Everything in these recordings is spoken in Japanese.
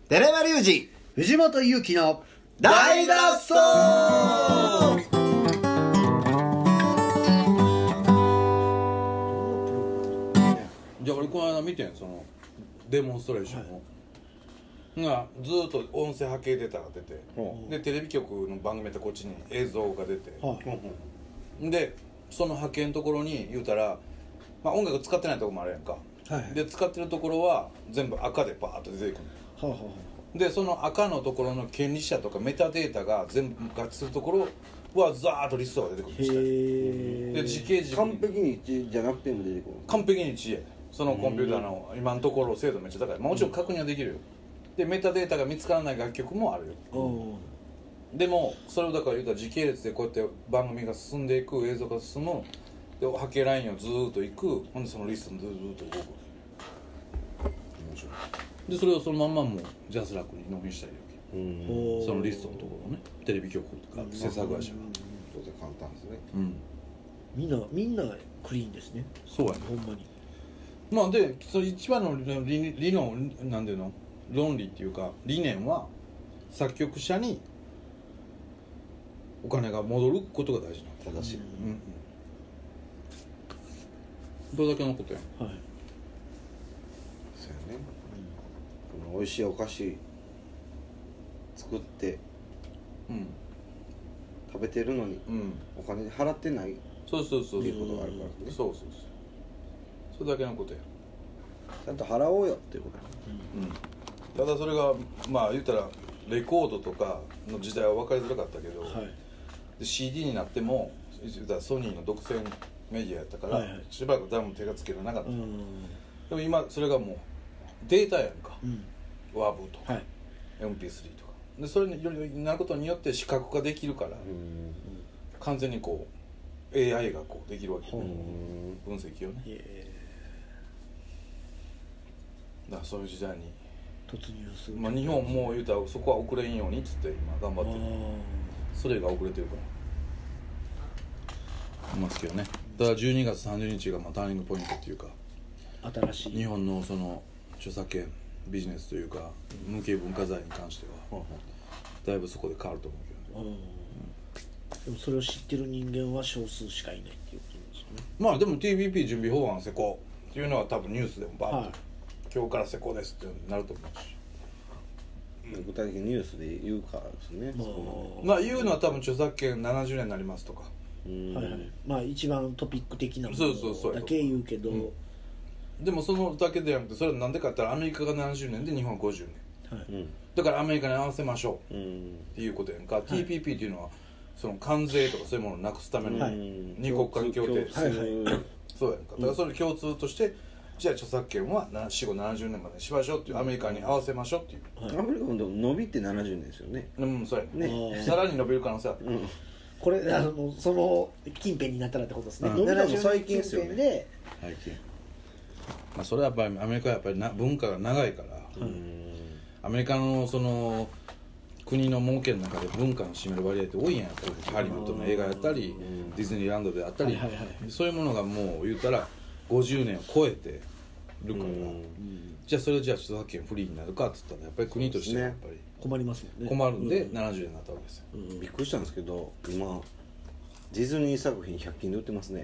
寺山隆二藤本勇樹の大脱走。 じゃあ俺この間見てんそのデモンストレーションを、がずーっと音声波形データが出て、でテレビ局の番組やったらこっちに映像が出て、でその波形のところに言うたら、まあ、音楽使ってないところもあるやんか、で使ってるところは全部赤でバーッと出てくる、でその赤のところの権利者とかメタデータが全部合致するところはザーッとリストが出てくるんですで時系軸完璧に一致じゃなくても出てくる。 完璧に一致やそのコンピューターの今のところ精度めっちゃ高い、もちろん確認はできるよ、でメタデータが見つからない楽曲もあるよ、でもそれをだから言うたら時系列でこうやって番組が進んでいく、映像が進むで波形ラインをずーっといく、ほんでそのリストもずーっと動く、面白いでそれをそのまんまもうジャスラックに納品したりわけ、そのリストのところをねテレビ局とか制作会社が、 当然簡単ですね。 みんなクリーンですね。 そうやね、 ほんまに。 まあでその一番の理論なんていうの論理っていうか理念は作曲者にお金が戻ることが大事なの。 正しい。 どれだけのことやん。 そうやね。この美味しいお菓子作って食べてるのにお金払ってないそうそうそうっていうことがあるからね。 そうそうそうそれだけのことや。 ちゃんと払おうよっていうこと。 ただそれがまあ言ったらレコードとかの時代は分かりづらかったけど、で CD になっても言ったらソニーの独占メディアやったから、しばらく誰も手がつけられなかった、でも今それがもうデータやんか、ワーブとか、MP3 とかでそれになることによって視覚化できるから、完全にこう AI がこうできるわけ、分析をね、だからそういう時代に突入する、 まあ、日本も言うたらそこは遅れんようにっつって今頑張ってる、それが遅れてるからいますけどね。だから12月30日がまあターニングポイントっていうか、 新しい日本のその著作権ビジネスというか無形文化財に関してはだいぶそこで変わると思うけどね、 でもそれを知ってる人間は少数しかいないっていうことですよね。 まあでも TPP 準備法案施行っていうのは多分ニュースでもバーッと、今日から施行ですってなると思うし、 具体的にニュースで言うからですね。 まあ言うのは多分著作権70年になりますとか、 まあ一番トピック的なものだけ言うけど、 でもそのだけではなくて、それはなんでかって言ったらアメリカが70年で日本は50年、だからアメリカに合わせましょうっていうことやんか、TPP っていうのはその関税とかそういうものをなくすための二国間協定、そうやんか、だからそれ共通としてじゃあ著作権は死後70年までにしましょうっていう、アメリカに合わせましょうっていう、 アメリカの伸びって70年ですよね。 そうやね、さらに伸びる可能性ある、 これその近辺になったらってことですね。 70最近ですよね。 最近、まあ、それはやっぱりアメリカはやっぱり文化が長いから、アメリカのその国の儲けの中で文化の占める割合って多いんやん、ハリウッドの映画やったり、ディズニーランドであったり、そういうものがもう言ったら50年を超えてるから、じゃあそれじゃあ著作権フリーになるかっつったらやっぱり国としてはやっぱり困りますもんね。 困るんで70年になったわけですよ、 びっくりしたんですけど、今ディズニー作品100均で売ってますね。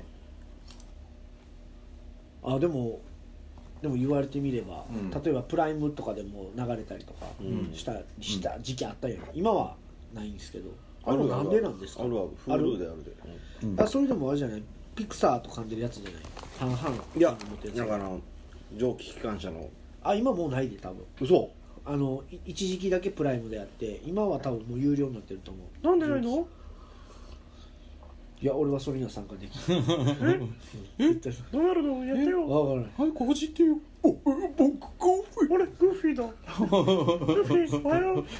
でも言われてみれば、例えばプライムとかでも流れたりとかした時期あったよ、今はないんですけど、なんでなんですか。 あるある、Huluであるで、 それでもあれじゃない、ピクサーと噛んでるやつじゃない、半々。 いやだから蒸気機関車の今もうないで多分。 嘘。 一時期だけプライムでやって、今は多分もう有料になってると思う。 なんでないの。 いや俺はそれには参加できない。 どうなるの、やってよ。 分からない。 はい、こじってよ。僕ゴーフィー。 俺グーフィーだ。グーフィーおはよう。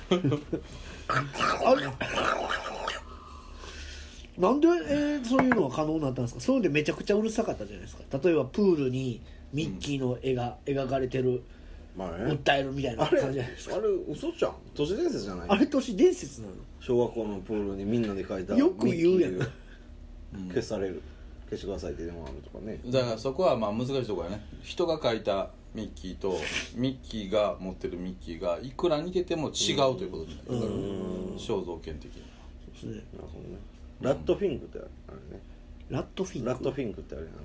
なんで、そういうのは可能になったんですか。そういうのでめちゃくちゃうるさかったじゃないですか。例えばプールにミッキーの絵が描かれてる、訴えるみたいな感じじゃないですか。 あれ嘘じゃん、都市伝説じゃない。 あれ都市伝説なの。 小学校のプールにみんなで描いたよく言うやん。 消される、消してくださいって電話あるとかね。 だからそこはまあ難しいところやね。人が描いたミッキーとミッキーが持ってるミッキーがいくら似てても違うということになるから肖像権的にはそうですね。 なるほどね。ラットフィンクってあれね。 ラットフィンク。 ラットフィンクってあれ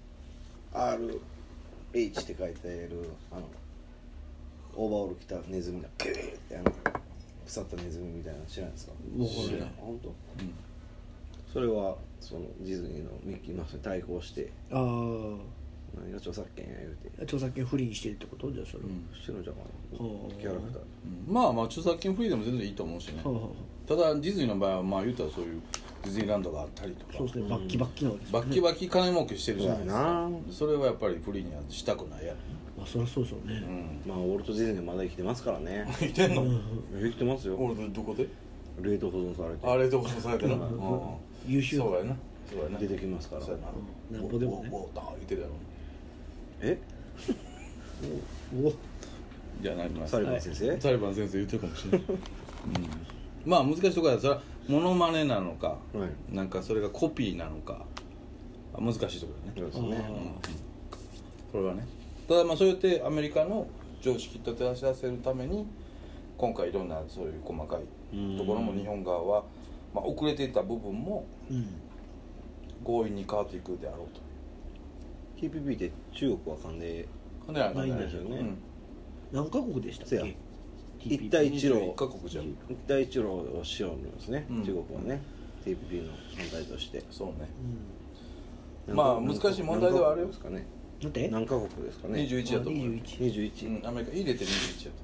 RH って書いてるオーバーオール着たネズミがキューって腐ったネズミみたいなの知らないですか？ わからない。 本当？それはそのディズニーのミッキーマウスに対抗してああ。 何が著作権や言うて著作権不利にしてるってことじゃあそれ。 してるんじゃないかなキャラクター。 まあ著作権フリーでも全然いいと思うしね。ただディズニーの場合はまあ言うたらそういうディズニーランドがあったりとかそうですね。バッキバッキなわけですね。 バッキバキ金儲けしてるじゃないですかな。 それはやっぱりフリーにはしたくないやまあそりゃそうですよね。 まあウォルト・ディズニーまだ生きてますからね。 生きてんの？ 生きてますよ。 俺どこで？ 冷凍保存されてあれどこされてる優秀。 そうやなそうやな出てきますから。 そうやななんぼでもね。 ウォーター言ってるやろえ？ お。 じゃあなりますサリバン先生？ サリバン先生言ってるかもしれないまあ難しいところはそれはモノマネなのかなんかそれがコピーなのか難しいところだねそうですね。 これはねただまあそうやってアメリカの常識と照らし合わせるために今回いろんなそういう細かいところも日本側はまあ遅れていた部分も強引に変わっていくであろうと TPP って中国は関連ないんですよね。 何カ国でしたっせやけ？ 一帯一路 21カ国じゃん一帯一路をしようんですね、 うん中国はね TPP の反対として。 そうねうん。 まあ難しい問題ではあるよ何カ国ですかね。 なんて？ 何カ国ですかね。 21やと思う 21。 21。 アメリカ入れて21やと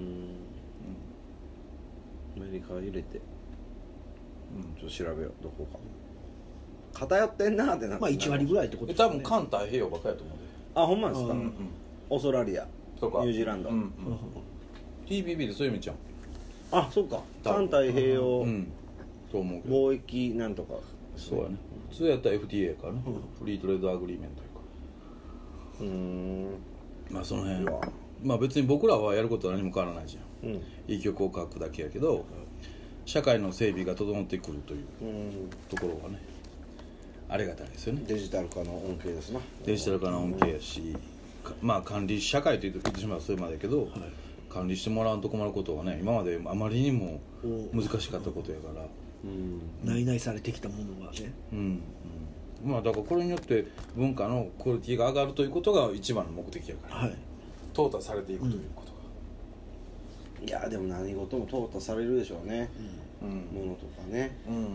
アメリカ入れてちょっと調べようどこか偏ってんなってなって。 まあ1割ぐらいってことです多よね。 分環太平洋ばっかりやと思うであ、ほんまですか。 うんオーストラリア、 とかニュージーランド、 TPP でそういう意味じゃんあ、そうか。環太平洋と思うけど貿易なんとか、 そうやね普通やったら FTA かなフリートレードアグリーメントいうかまあその辺まあ別に僕らはやることは何も変わらないじゃんいい曲を書くだけやけど社会の整備が整ってくるというところはねありがたいですよねデジタル化の恩恵ですな。 デジタル化の恩恵やしまあ管理社会と言ってしまうそれまでやけど管理してもらうと困ることはね今まであまりにも難しかったことやから内々されてきたものがね。 まあだからこれによって文化のクオリティが上がるということが一番の目的やからはい。 淘汰されていくということがいやでも何事も淘汰されるでしょうね、ものとかね。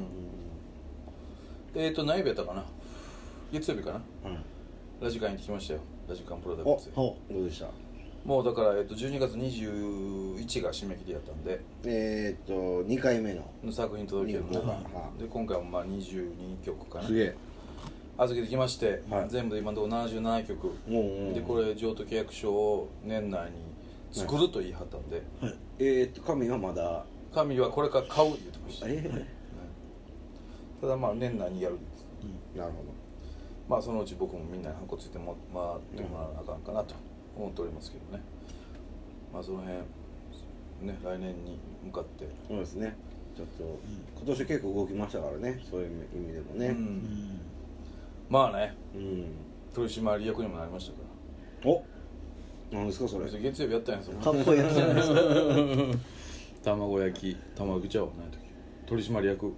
何曜日やったかな月曜日かなはい。 ラジカン行ってきましたよラジカンプロダクお、 ツほどうでした？ もうだから12月21が締め切りやったんで 2回目の作品届けるのがはで今回もまあ22曲かなすげえ。 預けてきまして、 はい全部で今のところ77曲もでこれ譲渡契約書を年内に作ると言い張ったんで、 神はまだ神はこれから買う言ってました、 なるただまあ年内にやるほど。 まあそのうち僕もみんなにハンコついてもらってもらわなあかんかなと思っておりますけどねまあその辺ね来年に向かってそうですね。ちょっと今年結構動きましたからね、そういう意味でもね。 まあねうん。 取締役にもなりましたからお、なんですかそれ。 月曜日やったんやんそかっこいいやつじゃないですか。 卵焼きちゃうわ何やったっけ取締役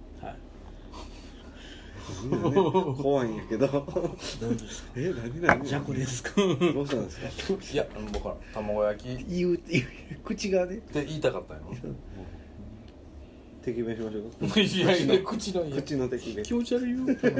怖いんやけど。 何ですか？ 何弱ですか？ どうしたんですか。 いや僕から卵焼きっ言う口がね。 て言いたかったんやろ敵名しましょうか。 いやいや口の口の敵名。 気持ち悪いよ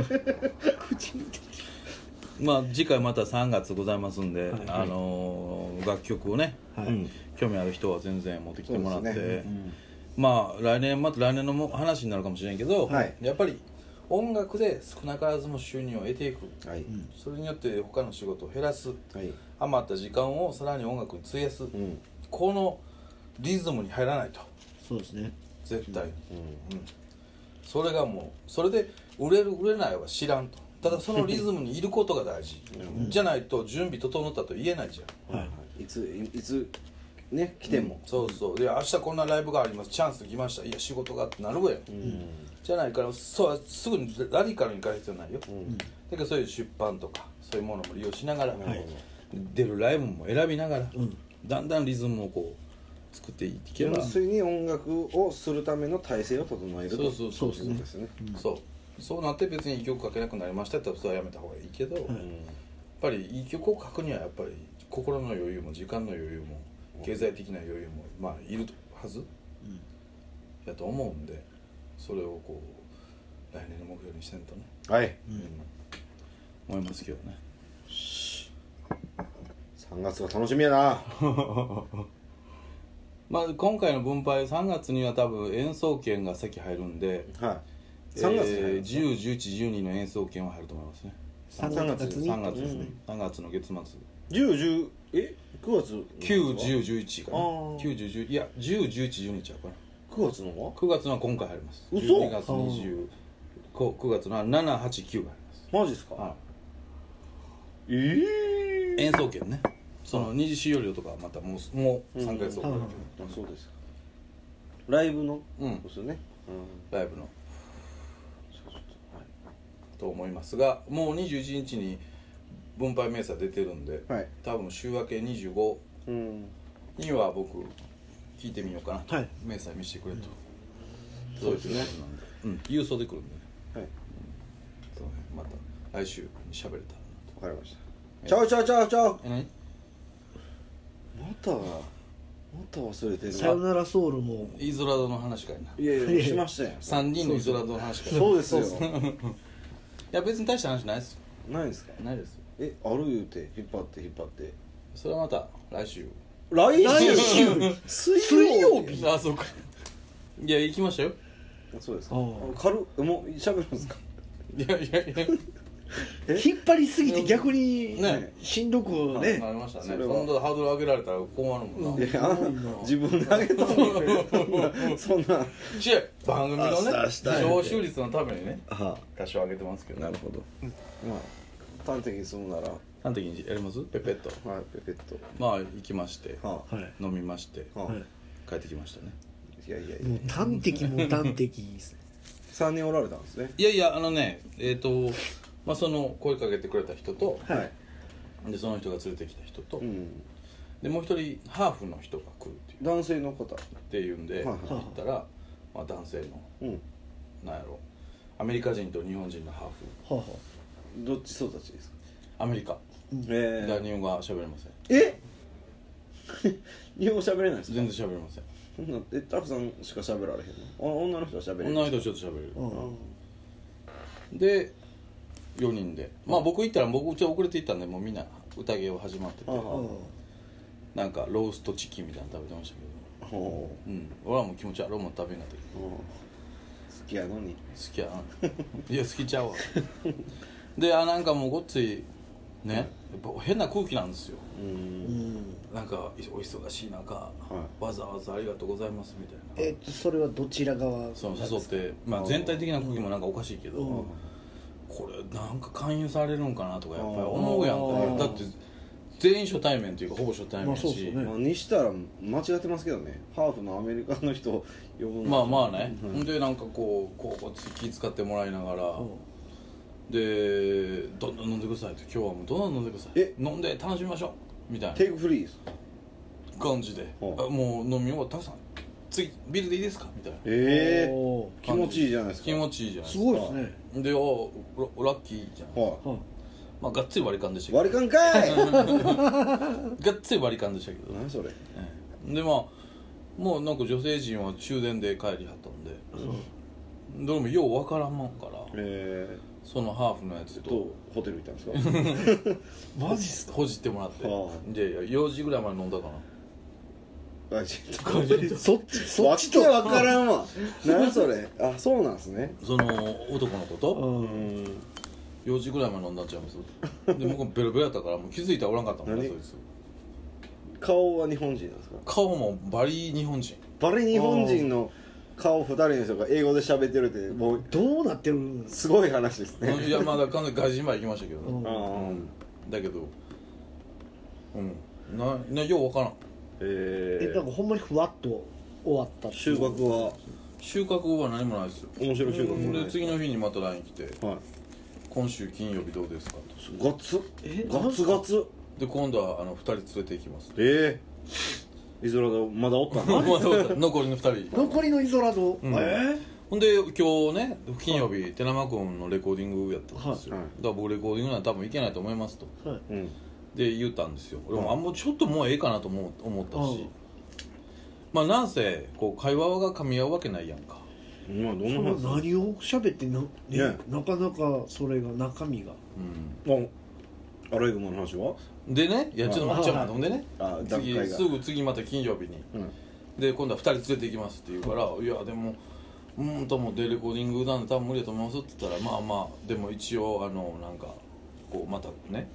まあ次回また3月ございますんで、楽曲をね、興味ある人は全然持ってきてもらって、まあ来年の話になるかもしれんけど、やっぱり音楽で少なからずも収入を得ていく、それによって他の仕事を減らす、余った時間をさらに音楽に費やす、このリズムに入らないとそうですね。 絶対に、それがもうそれで売れる売れないは知らんとただそのリズムにいることが大事じゃないと準備整ったと言えないじゃん、 いつね来ても、 そうそうで明日こんなライブがありますチャンスで来ましたいや仕事がってなるわよ、じゃないからそうすぐにラディカルに行かれる必要ないよ、だからそういう出版とかそういうものも利用しながら、 出るライブも選びながら、だんだんリズムをこう作っていけば、 純粋に音楽をするための体制を整えるとそういうことですね。 そうなって別にいい曲書けなくなりましたって言ったらそれはやめた方がいいけど、やっぱりいい曲を書くにはやっぱり心の余裕も時間の余裕も経済的な余裕もまあいるはず、やと思うんで、それをこう来年の目標にしてんとね、 はい、 思いますけどね。 3月が楽しみやな。 まあ今回の分配3月には多分演奏券が先入るんで、 はい、3月 10、11、12の演奏券は入ると思いますね。 3月に 3月ですね、3月の月末 10、10、9月 9、10、11かな。 あー 9、10、10いや10、11、12ちゃうかな。 9月のは 9月のは今回入ります。 嘘 12月20、9月のは7、8、9が入ります。 マジですか。 はえい、演奏券ね。その二次使用料とかはまたもう3ヶ月遅れるけど、 そうですか。ライブのうんそうですよね。 ライブのと思いますが、もう21日に分配明細出てるんで、 はい、 多分週明け25には僕聞いてみようかなと、 はい、 明細見せてくれと、そうですね、郵送で来るんでね、 はい、 そうね、また来週に喋れたわかりました。ちゃうちゃうちゃうちゃう。 何また忘れてる。 さよならソウルもイゾラドの話かいな。 いやいやしましたよ。 3人のイゾラドの話かいな。 そうですよ。 いや別に大した話ないですよ。 ないですか。 ないですよ。 ある言うて引っ張ってそれはまた来週。 来週水曜日。 あ、そうか。いや行きましたよ。 そうですか。 あ軽もう喋るんですか。 いや引っ張りすぎて逆にねしんどくねなりましたね。 それはそんなハードル上げられたら困るもんな。 いや自分で上げたのにそんな。 違う、番組のね明日聴取率のためにねは多少上げてますけど。 なるほど。まあ端的に済むなら端的にやります？ペペッと。 はいペペッと。 まあ行きましてはい飲みましては帰ってきましたね。 いやいやいもう端的も端的ですね。 や3人おられたんですね。 いやいやまあその声かけてくれた人と、 はいでその人が連れてきた人と、でもう一人ハーフの人が来るっていう男性の方っていうんではい行ったら、まあ、男性のなんやろアメリカ人と日本人のハーフ。 はあはどっち育ちですか。 アメリカだから日本語は喋れません。 え日本語喋れないですか。 全然喋れません。 タフさんしか喋られへんの。女の人は喋れる。 女の人ちょっと喋れる、 あで4人でまあ僕行ったら僕ちょっと遅れて行ったんでもうみんな宴を始まってて、なんかローストチキンみたいなの食べてましたけど、俺はもう気持ち悪いもん食べんかったけど、 好きやのに。 好きやないや好きちゃうわでなんかもうごっついねやっぱ変な空気なんですよ。なんかお忙しい中、わざわざありがとうございますみたいな。 それはどちら側その誘って、まあ、全体的な空気もなんかおかしいけど、これなんか勧誘されるんかなとかやっぱり思うやんか。だって全員初対面というかほぼ初対面やし、 にしたら間違ってますけどね。ハーフのアメリカの人を呼ぶの。 まあまあね、でなんかこう気使ってもらいながら、でどんどん飲んでくださいって、今日はもうどんどん飲んでください、飲んで楽しみましょうみたいなテイクフリーです感じで、もう飲み終わったらさん次ビールでいいですかみたいな。 気持ちいいじゃないですか。 気持ちいいじゃないですか。 すごいですね。 でラッキーじゃないですか。まあがっつり割り勘でしたけど。 割り勘かいがっつり割り勘でしたけど。 何それ。 でまあもうなんか女性陣は終電で帰りはったんで、どれもようわからんもんから、そのハーフのやつとホテル行ったんですか。 マジっすか。 ほじってもらって、で4時ぐらいまで飲んだかな。 そっちとわからんわ。何それ。あ、そうなんですね。 その男の子と4時ぐらいまで飲んだんちゃいます。で僕もベロベロやったからもう気づいたらおらんかったもんね、そいつ。 顔は日本人なんですか。 顔もバリ日本人。 バリ日本人の顔2人の人が英語で喋ってるってもうどうなってるんですか。 すごい話ですね。 いやまだ完全に外人まで行きましたけど、だけどようわからん。 なんかほんまにふわっと終わったっていう。 収穫は何もないですよ。 面白い収穫もない。 で次の日にまた LINE 来て、今週金曜日どうですかと。 ガツで今度は2人連れて行きますイゾラドまだおったの残りの2人残りのイゾラド、 ほんで今日ね金曜日寺間君のレコーディングやったんですよ、だから僕レコーディングなんて多分いけないと思いますと、で言ったんですよ。俺ももうちょっともうええかなと思ったし、まあなんせこう会話が噛み合うわけないやんか。 まあどんな話何を喋ってなかなかそれが中身がアライグマの話はでね、いやちょっと待っちゃうほんでね次また金曜日に、で今度は2人連れて行きますって言うから、いやでもと思ってレコーディングなんで多分無理だと思いますって言ったら、まあまあでも一応なんかこうまたね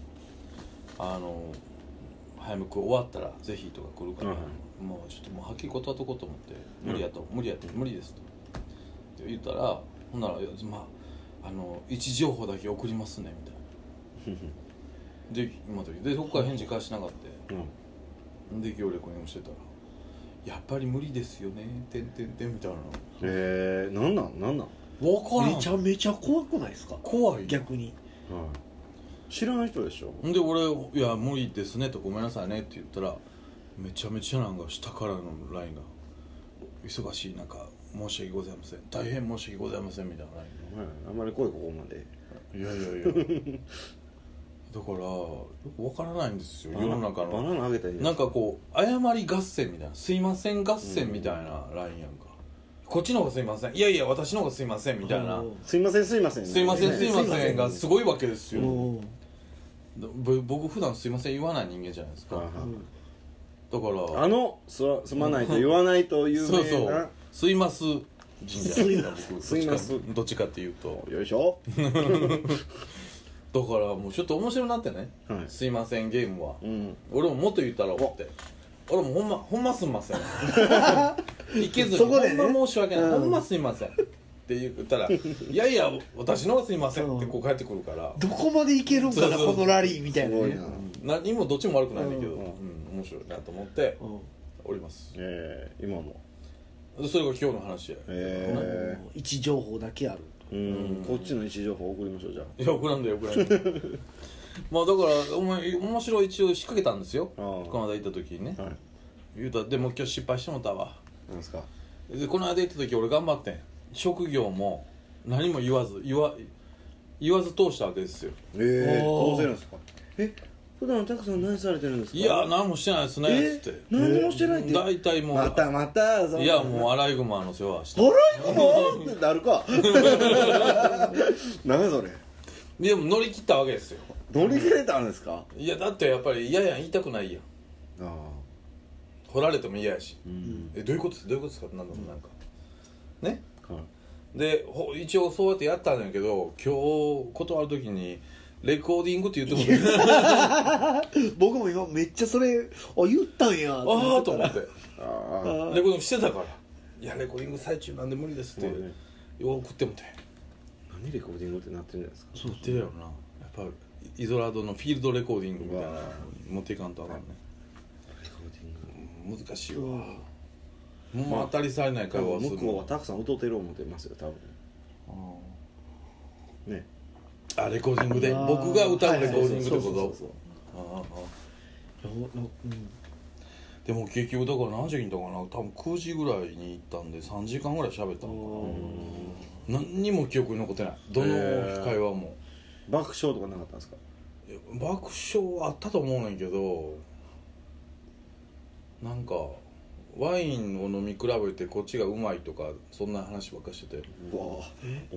早く終わったらぜひとか来るから、もうちょっともうはっきり断っとこうと思って無理ですと言ったら、ほんならまあ位置情報だけ送りますねみたいなで今時でそこから返事返しなかった、で今日レコーディングしてたらやっぱり無理ですよねみたいななんなん分からんめちゃめちゃ怖くないですか怖い逆に、 知らない人でしょ。 で俺「いや無理ですね」と「ごめんなさいね」って言ったらめちゃめちゃなんか下からの LINE が「忙しい中申し訳ございません大変申し訳ございません」みたいな LINE あんまり来いここまでいやだからよく分からないんですよ世の中のバナナあげたらいいなんかこう謝り合戦みたいなすいません合戦みたいな LINE やんか、こっちの方がすいませんいやいや私の方がすいませんみたいなすいませんすいませんがすごいわけですよ。僕普段すいません言わない人間じゃないですか、だからすまないと言わないというそうそうすいます神社僕すいますどっちかっていうとよいしょだからもうちょっと面白くなってね、すいませんゲームは、俺ももっと言ったらって俺もほんますんませんいけずにほんま申し訳ない、ほんますいませんって言ったら「いやいや私の方がすいません」ってこう返ってくるからどこまでいけるんかなこのラリーみたいなね何もどっちも悪くないんだけど面白いなと思っております。 今もそれが今日の話や。 位置情報だけあるこっちの位置情報送りましょうじゃあ。 いや送らんでまあだから面白い一応仕掛けたんですよ、この間行った時にね、言うたらでも今日失敗してもたわ。 なんですか。 でこの間行った時俺頑張ってん職業も何も言わず通したわけですよ。 どうせるんですか。普段たくさん何されてるんですか。 いや何もしてないですねっつって。 何もしてないって大体もうまたいやもうアライグマの世話してアライグマってなるか何それ。 でも乗り切ったわけですよ。 乗り切れたんですか。 いやだってやっぱり嫌や言いたくないやん。掘られても嫌やし、どういうことですかってなんだろうなんかね、で一応そうやってやったんだけど今日断る時にレコーディングって言っても僕も今めっちゃそれ言ったんやああと思ってレコーディングしてたからいやレコーディング最中なんで無理ですって送ってもて何レコーディングってなってるんじゃないですか。 そうってるやろなやっぱイゾラドのフィールドレコーディングみたいな持っていかんとあかんね。難しいわ、もう当たり障りない会話をする。 向こうはたくさん歌ってる思ってますよ多分ね。 レコーディングで僕が歌うレコーディングってこと。でも結局だから何時に行ったかな多分9時ぐらいに行ったんで3時間ぐらい喋ったのかな。何にも記憶に残ってないどの会話も。 爆笑とかなかったんですか。 爆笑はあったと思うねんけどなんかワインを飲み比べてこっちがうまいとかそんな話ばっかしててわあ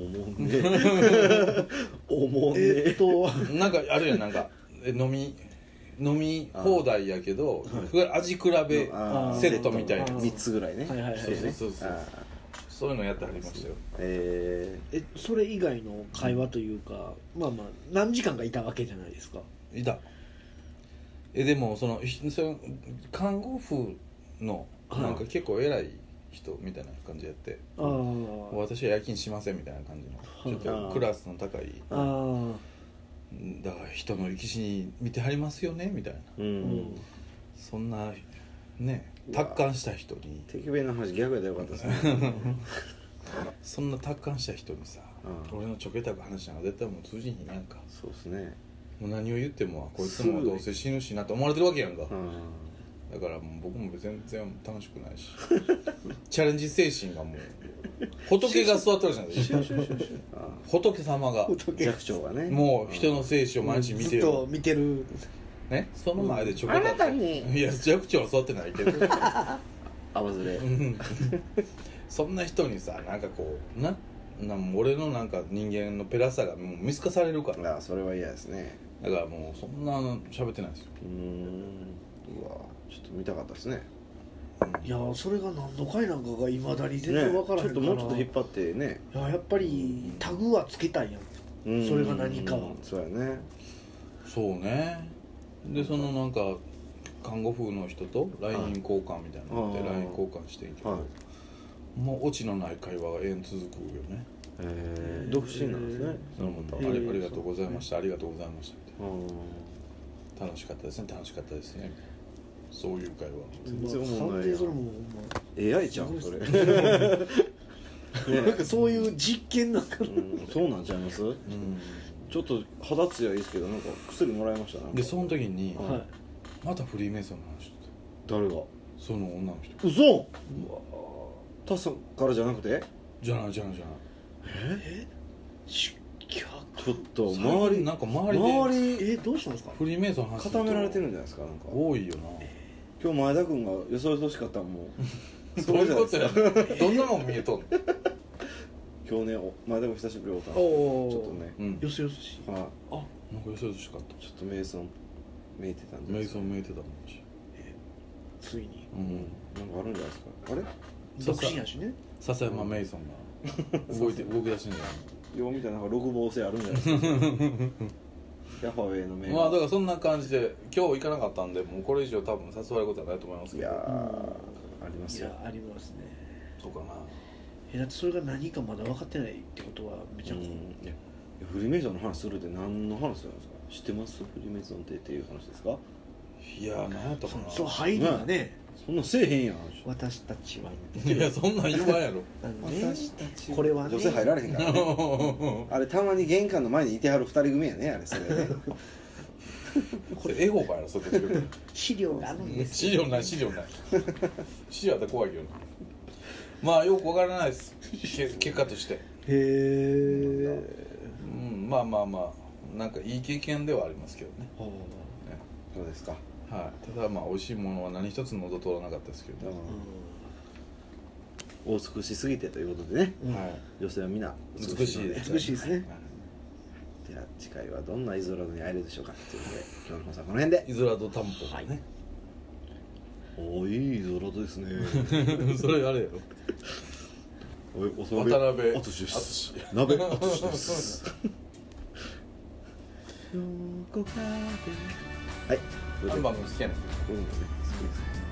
おもんねなんかあるやんなんか飲み放題やけど味比べセットみたいな 3つぐらいね。 そうそういうのやってはりましたよ。 それ以外の会話というかまあ何時間かいたわけじゃないですか。 いたでもその看護婦のなんか結構偉い人みたいな感じやって私は夜勤しませんみたいな感じのちょっとクラスの高いだから人の生き死に見てはりますよねみたいなそんなね達観した人に敵弁の話逆やったらよかったですねそんな達観した人にさ俺のちょけたく話なんか絶対もう通じひんやんか。 そうですね。 う何を言ってもこいつもどうせ死ぬしなと思われてるわけやんか、 うんだからもう僕も全然楽しくないしチャレンジ精神がもう仏が座ってるじゃないですか仏様が寂聴がねもう人の生死を毎日見てる、 ずっと見てるね、その前でちょこっとあなたにいや寂聴は座ってないけどあわずれうんそんな人にさなんかこう俺のなんか人間のペラさがもう見透かされるからあそれは嫌ですねだからもうそんな喋ってないですようわちょっと見たかったですねいやそれが何の回なんかがいまだに全然分からへんから、 ちょっともうちょっと引っ張ってねいややっぱりタグはつけたいやんそれが何かはそうやねそうねでそのなんか看護婦の人と LINE 交換みたいなので LINE 交換してんけど、 はいもうオチのない会話が永遠続くよね独身なんですねその方はありがとうございましたありがとうございましたみたいな楽しかったですね楽しかったですねみたいなそういう会話全然思完んないや全にそれもん AI ちゃんそれなんかそういう実験なんかそうなんちゃいますちょっと肌ツヤいいですけどなんか薬もらいましたねでその時にはいまたフリーメイソンの話して誰がその女の人嘘タスさんからじゃなくてじゃない出脚ちょっと周周りりなんか周りでどうしたんですかフリーメイソンの話すると固められてるんじゃないですかなんか多いよな今日前田君がよそよそしかったらもうどういうことやそうじゃないですかどんなもん見えとんの今日ね前田君久しぶりに会ったんですおーちょっとねうんよそよそしいはいあなんかよそよそしかったちょっとメイソンめいてたんでメイソンめいてたもんしついにうんなんかあるんじゃないですかあれ独身やしね笹山メイソンが動き出してんじゃようみたいななんか六芒星あるんじゃないですかヤファウェイのメイないまあだからそんな感じで今日行かなかったんでもうこれ以上多分誘われることはないと思いますけどいやーありますよいやありますねそうかなだってそれが何かまだ分かってないってことはめちゃくちゃいやフリーメイソンの話するって何の話なんですか知ってますフリーメイソンっていう話ですかいや何やったかなそう入りがねそんなんせえへんやん私たちはいやそんなん言わんやろ私たちこれはね女性入られへんからねあれたまに玄関の前にいてはる2人組やねあれそれねこれエホバやろそれ資料があるんです資料ない資料ない資料あったら怖いけどまあよくわからないです結果としてへえうんまあまあまあなんかいい経験ではありますけどねそうですかはいただまあ美味しいものは何一つ喉通らなかったですけどねお美しすぎてということでねはい女性はみんな美しいです美しいですねでは次回はどんなイゾラドに会えるでしょうかということで今日の放送はこの辺でイゾラドタンポがねおいいイゾラドですねそれあれやろおいおそ渡辺淳です淳鍋淳ですはいあの番組好きやねんうんね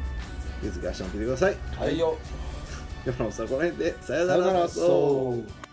好きですぜひ明日も聞いてくださいはいよ今日の放送はこの辺でさよさよならならそう